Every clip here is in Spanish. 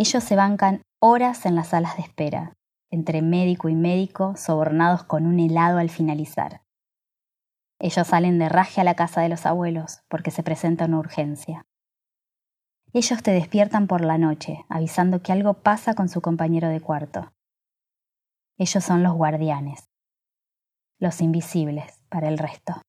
Ellos se bancan horas en las salas de espera, entre médico y médico, sobornados con un helado al finalizar. Ellos salen de raje a la casa de los abuelos porque se presenta una urgencia. Ellos te despiertan por la noche, avisando que algo pasa con su compañero de cuarto. Ellos son los guardianes, los invisibles para el resto.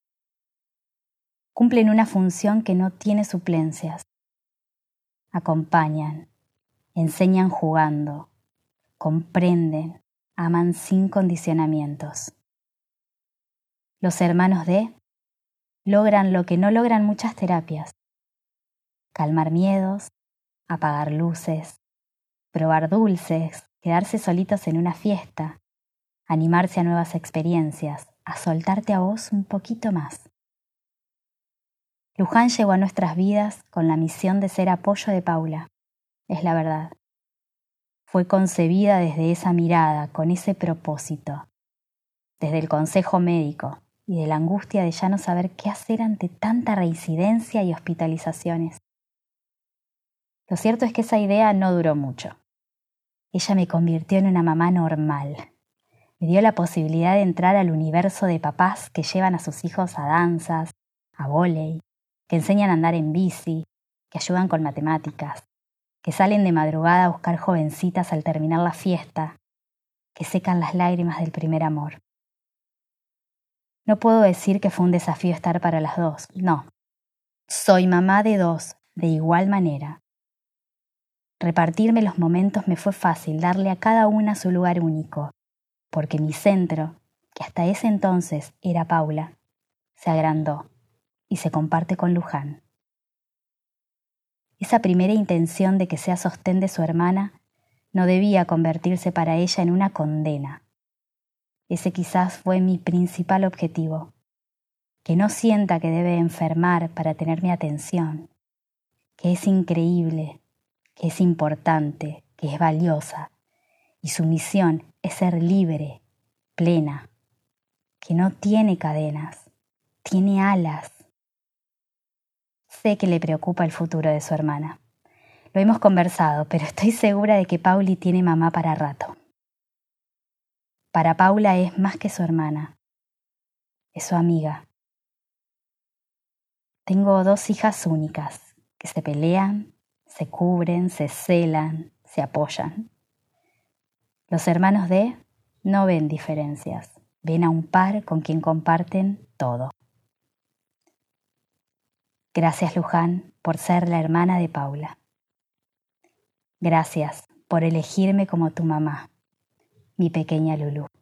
Cumplen una función que no tiene suplencias. Acompañan, enseñan jugando, comprenden, aman sin condicionamientos. Los hermanos D logran lo que no logran muchas terapias: calmar miedos, apagar luces, probar dulces, quedarse solitos en una fiesta, animarse a nuevas experiencias, a soltarte a vos un poquito más. Luján llegó a nuestras vidas con la misión de ser apoyo de Paula, es la verdad. Fue concebida desde esa mirada, con ese propósito, desde el consejo médico y de la angustia de ya no saber qué hacer ante tanta reincidencia y hospitalizaciones. Lo cierto es que esa idea no duró mucho. Ella me convirtió en una mamá normal. Me dio la posibilidad de entrar al universo de papás que llevan a sus hijos a danzas, a vóley, que enseñan a andar en bici, que ayudan con matemáticas, que salen de madrugada a buscar jovencitas al terminar la fiesta, que secan las lágrimas del primer amor. No puedo decir que fue un desafío estar para las dos, no. Soy mamá de dos, de igual manera. Repartirme los momentos me fue fácil, darle a cada una su lugar único, porque mi centro, que hasta ese entonces era Paula, se agrandó y se comparte con Luján. Esa primera intención de que sea sostén de su hermana no debía convertirse para ella en una condena. Ese quizás fue mi principal objetivo, que no sienta que debe enfermar para tener mi atención, que es increíble, que es importante, que es valiosa, y su misión es ser libre, plena, que no tiene cadenas, tiene alas. Sé que le preocupa el futuro de su hermana. Lo hemos conversado, pero estoy segura de que Pauli tiene mamá para rato. Para Paula es más que su hermana, es su amiga. Tengo dos hijas únicas que se pelean, se cubren, se celan, se apoyan. Los hermanos D no ven diferencias, ven a un par con quien comparten todo. Gracias, Luján, por ser la hermana de Paula. Gracias por elegirme como tu mamá, mi pequeña Lulú.